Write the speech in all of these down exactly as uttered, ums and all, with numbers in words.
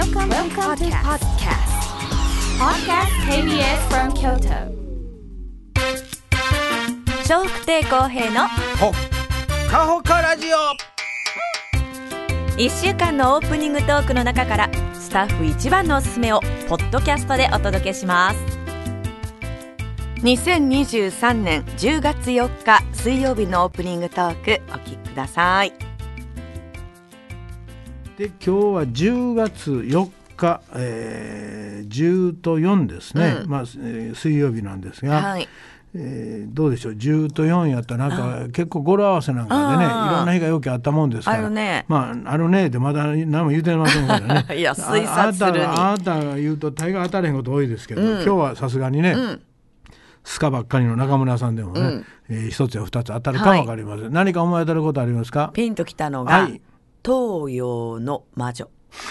Welcome, Welcome to podcast. Podcast ケービーエス from Kyoto. 笑福亭公平のほっかほかラジオ。 いっしゅうかんのオープニングトークの中からスタッフ一番のおすすめをポッドキャストでお届けします。にせんにじゅうさんねんじゅうがつよっか水曜日のオープニングトークお聞きください。 で今日はじゅうがつよっか、えー、じゅうとよんですね、うんまあえー、水曜日なんですが、はいえー、どうでしょうじゅうとよんやったらなんか結構語呂合わせなんかでねいろんな日がよくあったもんですからあるねまああるねってまだ何も言うてませんからねいや推察するにあ, あなたが言うと大概当たれへんこと多いですけど、うん、今日はさすがにね、うんスカばっかりの中村さんでもね、うんえー、一つや二つ当たるかも分かりません、はい、何か思い当たることありますか？ ピンときたのが、はい、東洋の魔女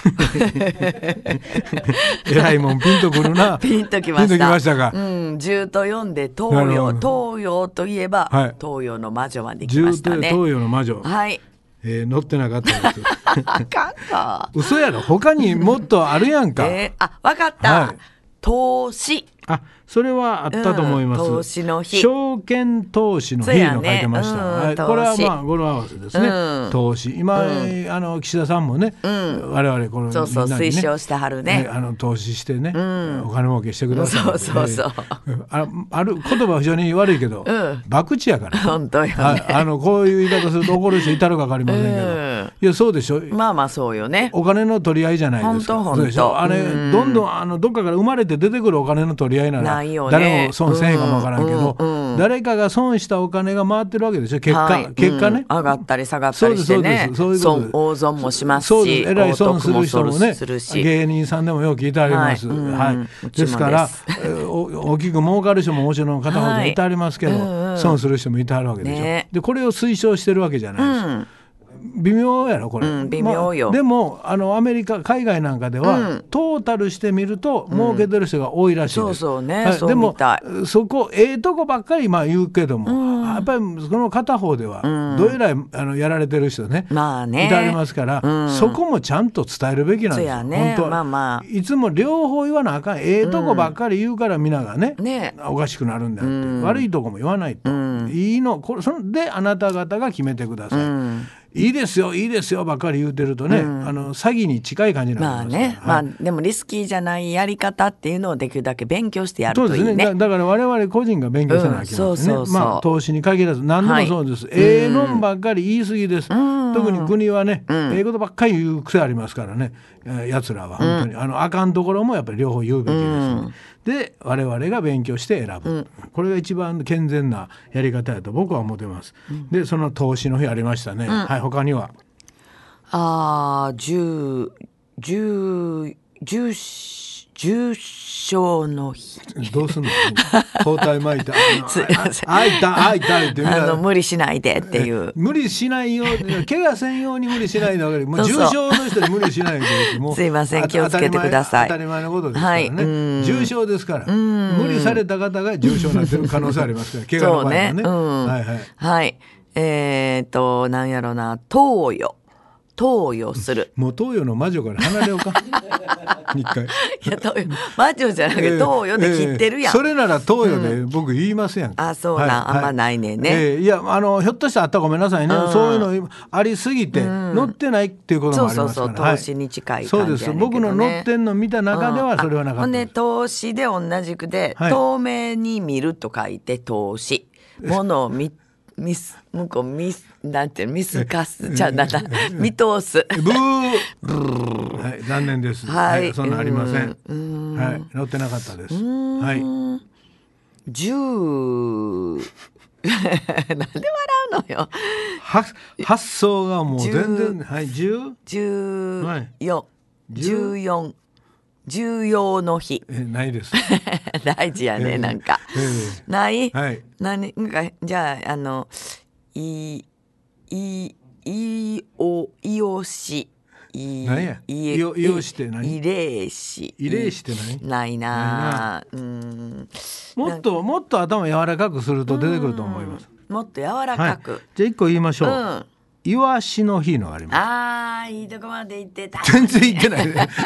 えらいもんピンとくるなピンときました。 ピンときましたか、 うん、じゅうとよんで東洋東洋といえば、はい、東洋の魔女まで来ましたね。 東洋の魔女はい、 えー、載ってなかったですあかんか嘘やろ他にもっとあるやんか、 えー、あ分かった、はい、投資あそれはあったと思います、 うん、投資の日証券投資の日の書いてました、ねうんはい、これはまあ語呂合わせですね、うん、投資今、うん、あの岸田さんもね、うん、我々このそうそうみんなに、ね、推奨してはるね、 あの投資してね、うん、お金儲けしてください、 そうそうそう、 えー、あ, ある言葉は非常に悪いけど、うん、博打やから本当よね、 ああのこういう言い方すると怒る人いたるか分かりませんけど、うん、いやそうでしょまあまあそうよね、 お金の取り合いじゃないですか。 本当本当あれ、うん、どんどんあのどっかから生まれて出てくるお金の取り合いならないよね、 誰も損せへんかもわからんけど、うんうんうん、誰かが損したお金が回ってるわけでしょ結果、はい、結果ね、 うん、上がったり下がったりしてね、損大損もしますし、 そうですえらい損する人もねするし芸人さんでもよく聞いてあります、はいはい、ですから大きく儲かる人ももちろん片方でいてありますけど、はいうんうん、損する人もいてあるわけでしょ、ね、でこれを推奨してるわけじゃないです、うん微妙やろこれ、 うん、微妙よ、 まあ、でもあのアメリカ海外なんかでは、うん、トータルしてみると儲けてる人が多いらしいです、うん、 そうそうね、 はい、 そうみたいでもそこええとこばっかりまあ言うけども、うん、やっぱりその片方ではどえらい、うん、あのやられてる人ね、まあねいてありますから、うん、そこもちゃんと伝えるべきなんですよ、 ね、 本当、 まあまあ、 いつも両方言わなあかんええとこばっかり言うから皆がね、うん、ねおかしくなるんだって、うん、悪いとこも言わないと、うん、いいのこれそれであなた方が決めてください、うんいいですよいいですよばっかり言うてるとね、うん、あの詐欺に近い感じになりますから、まあね、 はいまあ、でもリスキーじゃないやり方っていうのをできるだけ勉強してやるといいね。 そうですね だ, だから我々個人が勉強せなきゃいけないですね、まあ投資に限らず何でもそうです、はい、ええのんばっかり言い過ぎです、うん、特に国はね、うん、ええことばっかり言う癖ありますからねやつらは本当に、うん、あのあかんところもやっぱり両方言うべきですね、うんで我々が勉強して選ぶ、うん、これが一番健全なやり方だと僕は思ってます、うん、でその投資の日ありましたね、うん、はい他にはあー十十十重症の日どうすんの包帯巻いたすいませんあいたあいたってあの無理しないでっていう無理しないよう怪我せんように無理しないのがもう重症の人に無理しないでもうすいません気をつけてください当たり前のことですからね、はい、重症ですから無理された方が重症になってる可能性ありますから怪我の場合はね、 うんはいはい、はい、えー、っとなんやろうな投与投与するもう投与の魔女から離れようか一回いや投与魔女じゃなくて投与で切ってるやん、 えーえー、それなら投与で僕言いますやん、うん、 あそうなん、はい、あんまないねんね、 えー、いやあのひょっとしたらあったらごめんなさいね、うん、そういうのありすぎて、うん、載ってないっていうこともありますから、 そうそうそう投資に近い感じやねんけどね、 そうです僕の載ってんの見た中ではそれはなかったです、うん、ほんで投資で同じくで、はい、透明に見ると書いて投資ものを見ミス向こうミスなんてミスかすじゃなな見通すブーブー、はい、残念です、はいはい、そんなありません、んはい、載ってなかったです、はいじゅうなんで笑うのよ発想がもう全然はいじゅうじゅうよんじゅうよん重要の日えないです大事やね、えー、なんか、えー、ない、 はい、 何なんかじゃああのいいいおいおしい何やいおいおしって何慰霊詞慰霊詞って何ないなうんもっともっと頭柔らかくすると出てくると思います。 もっと柔らかく、 はい、じゃあ一個言いましょう、うんイワシの日のあります。 あーいいとこまで行ってた全然行ってないね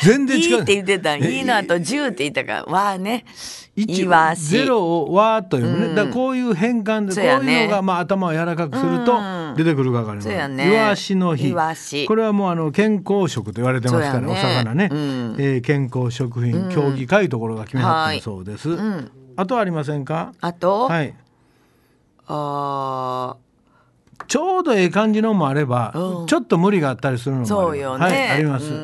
全然違う。 いいって言ってたん。いいのあとじゅうって言ったからわあね。いわしゼロをわーというね、うん、だからこういう変換で、ね、こういうのがまあ頭を柔らかくすると出てくるか分かります。いわしの日、これはもうあの健康食と言われてますから、ね、お魚ね、うんえー、健康食品協議会ところが決めはったそうです、うんはいうん、あとありませんか？ あと、 はい、 あちょうどええ感じのもあれば、うん、ちょっと無理があったりするのもあります。 そうよね、 はい、あります、 うん、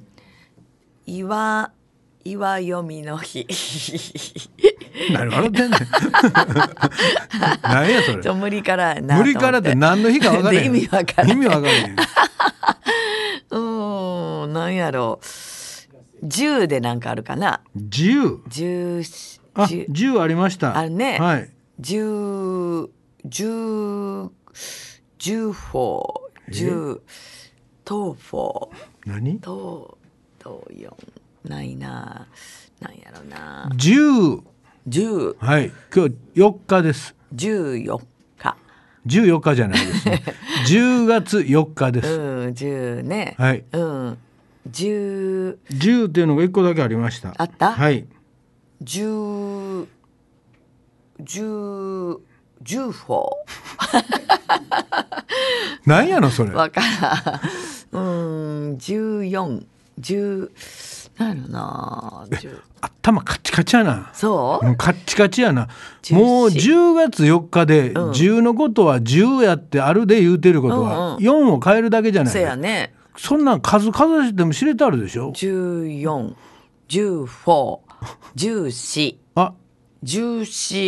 岩岩読みの日何笑ってんねん何やそれ。 ちょ無理からな無理からって何の日か分からへん意味分からへん意味分からへんうーん何やろうじゅうでなんかあるかな。 じゅうじゅうあじゅうありました。 あるね、 はい、 じゅうじゅうじゅうフォーじゅうトーフォー何トートーよんないななんやろなじゅうじゅうはい今日よっかです。 じゅうよっかじゅうよっかじゃないですねじゅうがつよっかです。 うんじゅうねはいうんじゅうじゅうっていうのがいっこだけありました。 あったはいじゅうじゅうじゅうフォー何やのそれ。 わからんうんじゅうよんじゅうなんやろな頭カッチカチやな。 そう、 うん、カッチカチやな。もうじゅうがつよっかでじゅうのことはじゅうやってあるで言うてることはよんを変えるだけじゃない。 そうやね。 そんなん数数しても知れてあるでしょ。 じゅうよん、じゅうよん、じゅうよん、 あじゅうよん、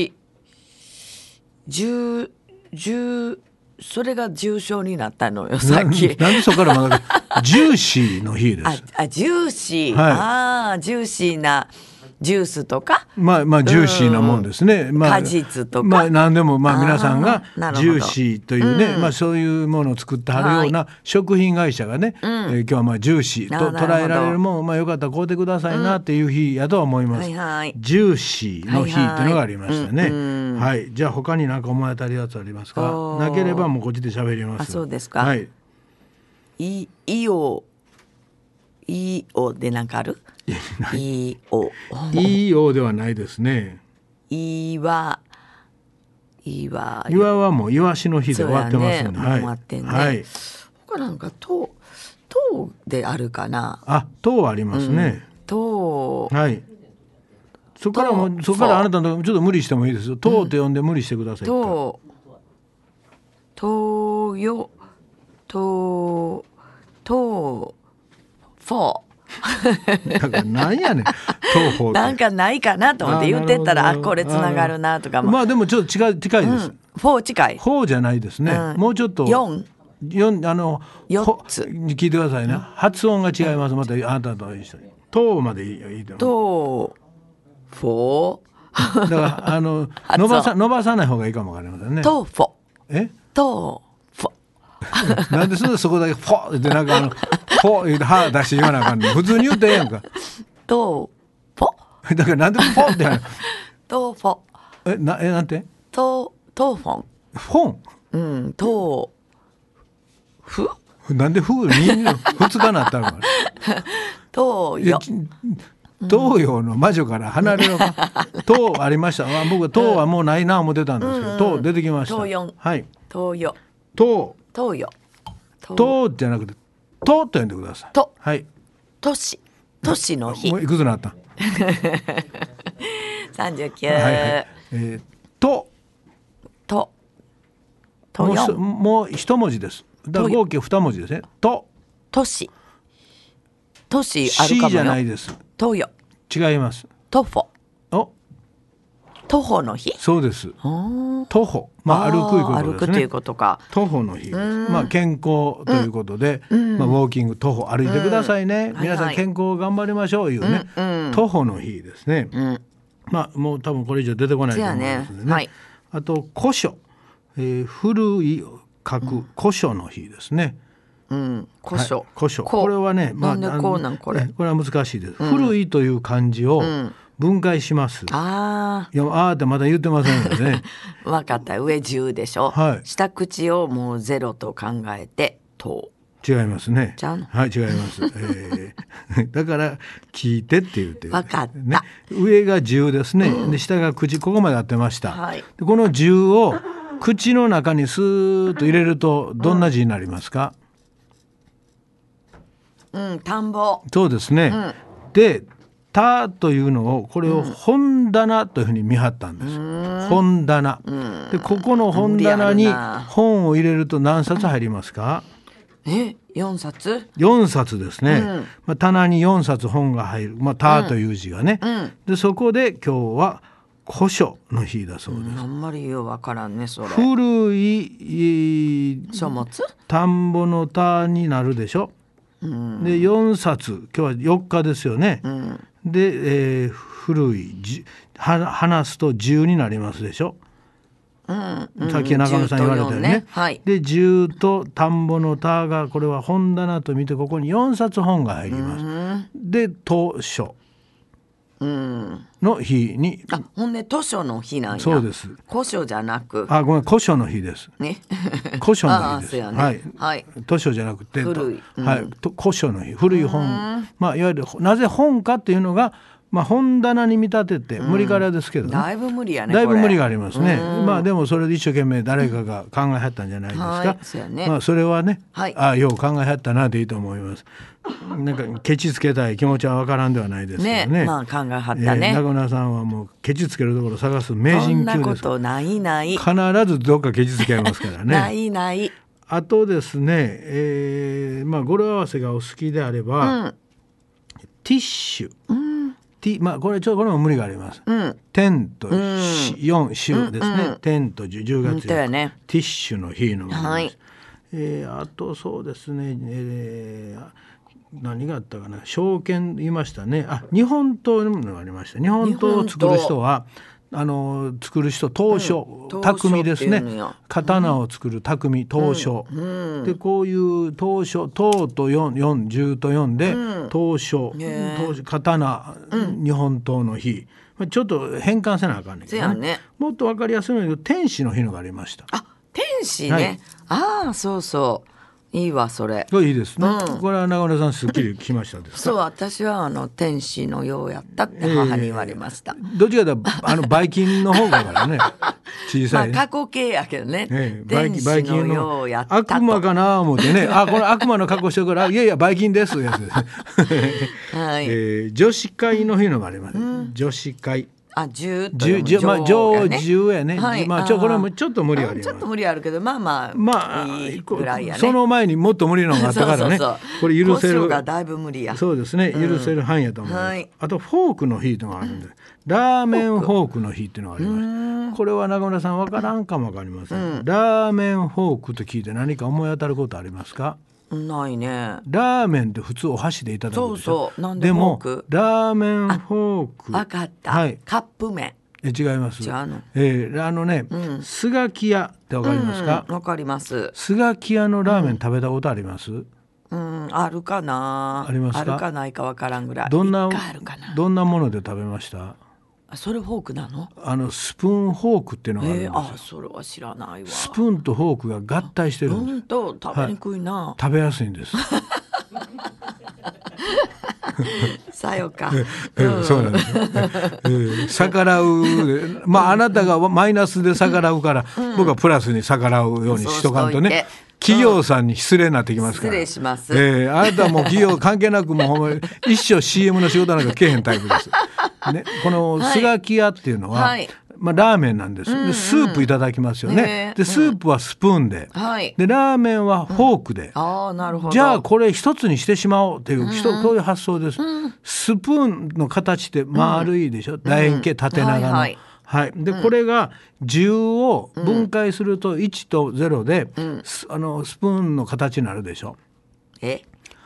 じゅう、じゅうそれが重症になったのよさっき。 な, なんでそこからまだジューシーの日です。 ああジューシー、 はい、 あジューシーなジュースとかまあまあジューシーなもんですね、まあ、 果実とか、 まあ、何でもまあ皆さんがジューシーというね、うんまあ、そういうものを作ってはるような食品会社がね、はいえー、今日はまあジューシーと捉えられるもん、まあ、よかったら買うてくださいなっていう日やとは思います、うんはいはい、ジューシーの日っていうのがありましたね、はいはいうんはい、じゃあ他に何か思い当たるやつありますか？なければもうこっちで喋ります。 あそうですか、 はい、 いいおいおでなんかある？いおいおではないですね。 いわいわいわはもうイワシの日で終わってますので、 ねはい、終わってんね、はい、他なんかととであるかな。 あとありますね、うん、 とはいそこからもそこからあなたのちょっと無理してもいいですよ。とって呼んで無理してください。 ととよととフォーだから何やねん東方なんかないかなと思って言ってたら あ, あこれつながるなとかもまあでもちょっと近い近いです、うん、 フォー近いフォーじゃないですね、うん、もうちょっとよんよんあのよっつ聞いてくださいね、うん、発音が違います。またあなたと一緒にとまでいいいいととフォーだからあの伸ばさ伸ばさない方がいいかもわかりませんね。 とフォえとフォなんでそこだけフォってなんかあのフォ言うて歯出して言わなあかんの。普通に言うてええやんか。 とフォだからなんでフォってやるとフォえなえなんてととフォンフォンうんとふなんでふにふつかなったのかとよ東洋の魔女から離れろか東ありました。僕は東はもうないな思ってたんですけど、うん、東出てきました。 東四はい東よ東東よ東じゃなくて東と呼んでください。 とはい都市都市の日もういくつなったさんじゅうきゅう、 はいはいえー、ととともうもう一文字です。だから合計二文字ですね。と都市都市あるかもよ。 C じゃないです。 とよ違います。 徒歩お徒歩の日。 そうです。徒歩まあ歩くいうことですね。 歩くということか。 徒歩の日です。まあ健康ということで、うんまあ、ウォーキング徒歩歩いてくださいね、うん、皆さん健康頑張りましょういうね、うんうん、徒歩の日ですね、うん、まあもう多分これ以上出てこないと思いますのでね、はい、あと古書、えー、古い書く古書の日ですね、 うん、古書、 はい、古書これはね、 まあ、なんでこうなんこれこれは難しいです、うん、古いという漢字を分解します、うん、 あいやあーってまだ言ってませんのでね分かった。上じゅうでしょ、はい、下口をもうゼロと考えてと違いますね。 ちゃうの？ はい、違います、えー、だから聞いてって言って分かった、 ね、上が十ですね、うん、で下が口、ここまでやってました、 はい、 でこの十を口の中にスーッと入れるとどんな字になりますか？ うん、うん、田んぼ。 そうですね、うん、で田というのをこれを本棚というふうに見張ったんです、うん、本棚、うん、でここの本棚に本を入れると何冊入りますか？ えよんさつよんさつですね、うん、まあ、棚によんさつ本が入る、まあ、田という字がね、うんうん、でそこで今日は古書の日だそうです、うん、 あんまりようわからんねそれ。 古い書物田んぼの田になるでしょ、うん、でよんさつ、今日はよっかですよね、うん、で、えー、古いは話すとじゅうになりますでしょ、うんうん、さっき中野さん言われたよね、ね、はい、でじゅうと田んぼの田がこれは本棚と見てここによんさつ本が入ります、うん、で図書の日に、 うん、あほんで図書の日なんや。 そうです。 古書じゃなく、 あごめん古書の日ですね古書の日です、 ね、はい、はい、 図書じゃなくて古い、うん、 はい、古書の日、古い本、まあ、いわゆるなぜ本かっていうのが、まあ、本棚に見立てて無理からですけどね、 うん、だいぶ無理やね。 だいぶ無理がありますね。まあでもそれで一生懸命誰かが考えはったんじゃないですか、 はい、そうやね、 まあ、それはね、 はい、 あよう考えはったなでいいと思います。なんかケチつけたい気持ちはわからんではないですけどね、 ね、まあ考えはったね、 えー、中村さんはもうケチつけるところ探す名人級です。 そんなことないない、 必ずどっかケチつけありますからねないない。 あとですね、えーまあ、語呂合わせがお好きであれば、うん、ティッシュ、うんティまあ、これちょっとこれも無理があります、うん、天とよん週ですね、うんうん、天とじゅうがつよっか、ね、ティッシュの日のものです、はい、えー、あとそうですね、えー、何があったかな、証券言いましたね。あ日本刀のものがありました。日本刀を作る人はあの作る人刀匠、うん、匠ですね。刀を作る匠、刀匠、うんうん、でこういう刀匠、刀とよん、よん、じゅうとよんで、うん、刀匠、刀、うん、日本刀の日、ちょっと変換せなあかんねんけど、ねね、もっと分かりやすいのに天使の日のがありました。 あ天使ね、はい、ああそうそういいわそれ。 いいですね、うん、これは中村さんすっきりきましたですか？ そう私はあの天使のようやったって母に言われました、えー、どっちかというとあのバイキンの方だからね小さいね、 まあ過去形やけどね、えー、天使のようやったと悪魔かな思ってねあこれ悪魔の格好してるからいやいやバイキンですやつです、はい、えー、女子会の日のがあります、うん、女子会あ十という、まあ、上十やね、はい、まあ、ちょこれもちょっと無理あります。 ちょっと無理あるけどまあまあ、まあ、いいぐらいやね。 その前にもっと無理なのがあったからねそうそうそうこれ許せる交渉がだいぶ無理や。 そうですね許せる範囲やと思います、うんはい、あとフォークの日というのがあるんで、うん、ラーメンフォークの日っていうのがあります。これは中村さん分からんかも分かりません、うん、ラーメンフォークと聞いて何か思い当たることありますか？ ないね。 ラーメンって普通お箸でいただくでしょ。 そうそうなんでフォーク？ でもラーメンフォーク分かった、はい、カップ麺。 え違います。 違うの。 えー、あのね、うん、スガキ屋ってわかりますか？ わ、うん、かります。 スガキ屋のラーメン食べたことあります？うん、 うん、あるかな。 ありますか？ あるかないかわからんぐらい。 どんな一回あるかな。 どんなもので食べました？ あそれフォークなの？あのスプーンフォークっていうのがあるんですよ。 えー、あそれは知らないわ。 スプーンとフォークが合体してるんです。 うんと食べにくいな、 はい、食べやすいんですさよか、 うん、そうなんです、えー、逆らうまああなたがマイナスで逆らうから、うん、僕はプラスに逆らうようにしとかんとね、企業さんに失礼になってきますから、 失礼します、 えー、あなたはもう企業関係なくもうほんまに一生 シーエム の仕事なんかけえへんタイプです、ね、このスガキ屋っていうのは、はいまあ、ラーメンなんです、うんうん、でスープいただきますよね、でスープはスプーンで、うん、でラーメンはフォークで、うん、 あなるほど。 じゃあこれ一つにしてしまおうっていう、うんうん、そういう発想です、うん、スプーンの形って丸いでしょ、うん、楕円形縦長の、うんはいはいはい、で、うん、これがじゅうを分解するといちとゼロで、うん、あのスプーンの形になるでしょ。 え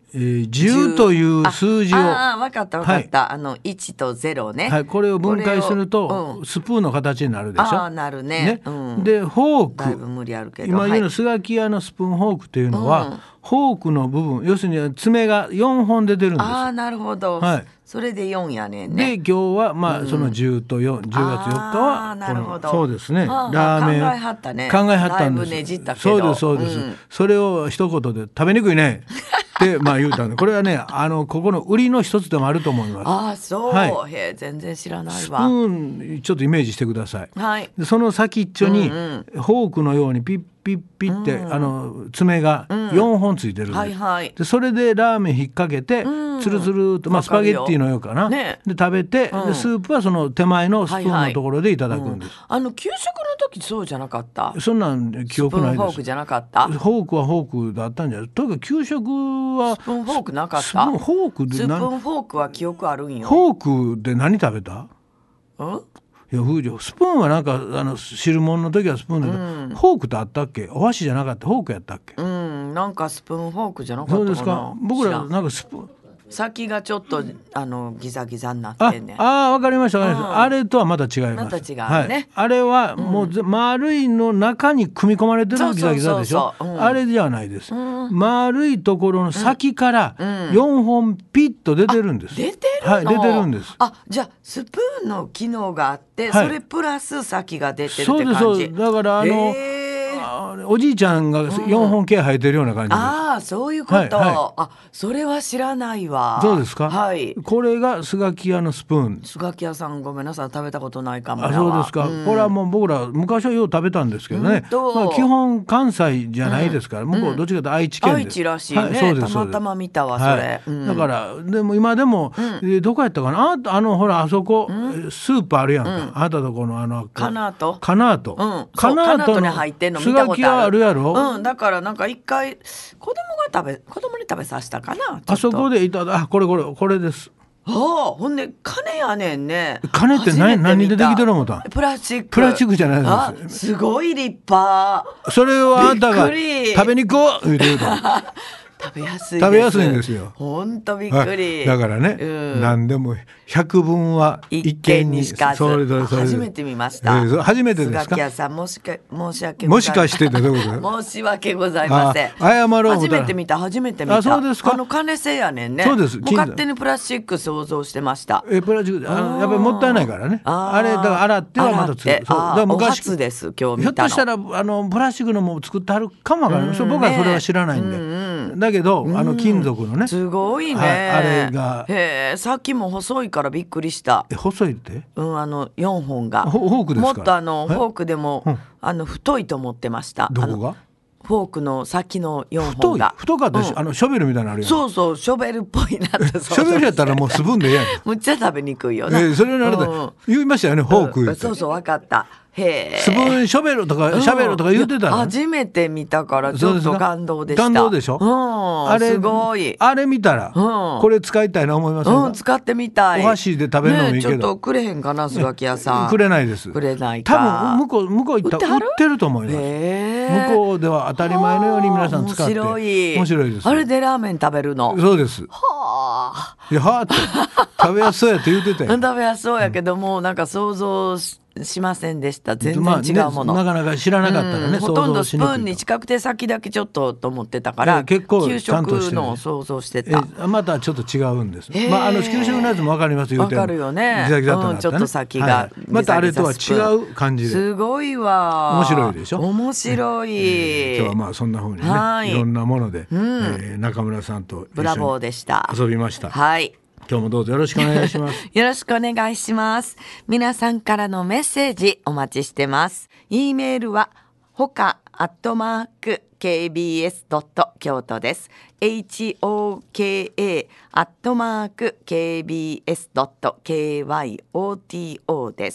えー、じゅうという数字をああ分かった分かった、はい、あのいちとゼロね、 はい、これを分解すると、うん、スプーンの形になるでしょ。 ああなる ね, ね、うん、 でフォークだいぶ無理あるけど今言うのスガキ屋のスプーンフォークというのは、うん、フォークの部分要するに爪がよんほんで出るんです。 ああなるほど、はい、それでよんやねんね。 で今日はまあ、うん、そのじゅうとよん、じゅうがつよっかはなるほど、 そうですね、 ああラーメン考えはったね。 考えはったんです。 だいぶねじったけどそうですそうです、うん、それを一言で食べにくいねってまあ言うたんで、これはねあのここの売りの一つでもあると思います。 ああそう、はい、へ全然知らないわ。 スプーンちょっとイメージしてください、 はい、 でその先っちょに、うんうん、フォークのようにピッピッピッって、うん、あの爪がよんほんついてるんです、うんはいはい、でそれでラーメン引っ掛けて、うん、つるつると、まあ、スパゲッティのようかな、ね、で食べて、うん、でスープはその手前のスプーンのところでいただくんです、 はいはい、うん、あの給食の時そうじゃなかった？ そんなん記憶ないです。 スプーンフォークじゃなかった？ フォークはフォークだったんじゃない。とにかく給食はスプーンフォークなかった。 スプーンフォークでスプーンフォークは記憶あるんよ。 フォークで何食べた？ うんいや風情スプーンはなんかあの汁物の時はスプーンだけど、うん、フォークってあったっけ？お箸じゃなかったフォークやったっけ？ うんなんかスプーンフォークじゃなかったかな。 そうですか。僕らなんかスプーン先がちょっとあのギザギザになってんねん。 ああ分かりました、うん、あれとはまた違います。 また違うね、 はい、あれはもう、うん、丸いの中に組み込まれてるギザギザでしょ。あれじゃないです、うん、丸いところの先からよんほんピッと出てるんです、 うん、出てるの、 はい、出てるんです。 あじゃあスプーンの機能があって、はい、それプラス先が出てるって感じ。 そうですそうです。だからあのおじいちゃんがよんほん毛生えてるような感じです、うん、ああそういうこと、はいはい、あそれは知らないわ。 そうですか、 はい、 これがスガキ屋のスプーン。 スガキ屋さんごめんなさい食べたことないかも。 あそうですか、うん、これはもう僕ら昔はよう食べたんですけどね、まあ、基本関西じゃないですから、うん、向こうどっちかというと愛知県で、 愛知らしいね、はい、そうですたまたま見たわそれ、はいうん、 だからでも今でも、うんえー、どこやったかな あ, あのほらあそこ、うん、スープあるやんか、うん、あなたとこのあのカナートカナート、 うん、カナートに入ってんの見たことある。スガキ屋あるやろ、 うん、だからなんか一回子供が食べ子供に食べさせたかな。 あそこでいただあこれこれこれです。 ああほんで金やねんね。 金って 何, 何でできてる思ったん？ プラスチック。 プラスチックじゃないです。 あすごい立派。 それをあんたが食べに行こう言うて言うた食べやすいです。 食べやすいんですよ。 ほんとびっくり。 だからね、うん、何でも百聞は一見にしかず。それそれそれ初めて見ました、えー、初めてですか。 スガキ屋さんもしか申し訳もしかしてってどういうこと？ 申し訳ございません。 謝ろう。 初めて見た初めて見た。 あそうですか。 あの金製やねんね。 そうです。 もう勝手にプラスチック想像してました。 えプラスチックあのやっぱりもったいないからね。あ, あれだから洗ってはまたつく。そうだから昔お初です今日見たの。 ひょっとしたらあのプラスチックのも作ってあるかもわからない。僕はそれは知らないんで。うんうん、だけどあの金属のね。 すごいね、はい、 あれがへえさっきも細いからびっくりした。 え細いって？ うんあのよんほんがフォークですか？ もっとあのフォークでも、うん、あの太いと思ってました。 どこが？ フォークの先のよんほんが太い太かったし、うん、あのショベルみたいなのあるやん。 そうそうショベルっぽいなってショベルやったらもうスプーンでええやんむっちゃ食べにくいよな、 えー、それならだ、うん、言いましたよねフォーク、 うん、そうそう分かった。へスプーンショベルとかシャベルとか言ってたの、 うん、初めて見たからちょっと感動でした。 感動でしょ、 うん、あれすごい。 あれ見たら、うん、これ使いたいな思いませんか、 うん、使ってみたい。 お箸で食べるのもいいけど、 ね、ちょっとくれへんかなスガキ屋さん、 ね、くれないです。 くれないか。 多分向こう向こう行ったら売ってると思います。向こうでは当たり前のように皆さん使って面白い面白いです。あれでラーメン食べるの？ そうです。 はあいやはあって食べやすそうやって言ってたよ食べやすそうやけども、うん、なんか想像ししませんでした。全然違うもの、 まあね、なかなか知らなかったらね、 うん、ほとんどスプーンに近くて先だけちょっとと思ってたから、えー、結構給食の想像してた、 えー、またちょっと違うんです、えーまあ、あの給食のやつも分かりますよ。 分かるよね、 ギザギザとなったね、 うん、ちょっと先が、はい、 またあれとは違う感じで、 すごいわ。 面白いでしょ。 面白い、 えー、今日はまあそんな風にね、はい、いろんなもので、うんえー、中村さんとブラボーでした。 遊びました。 はい、 今日もどうぞよろしくお願いしますよろしくお願いします。皆さんからのメッセージお待ちしてます。 E メールはほかアットマーク ケービーエス ドット 京都です。 エイチオーケーエー アットマーク ケービーエス ドット ケーワイオーティーオー です。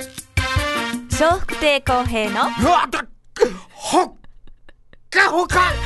笑福亭公平のうわっほっかほか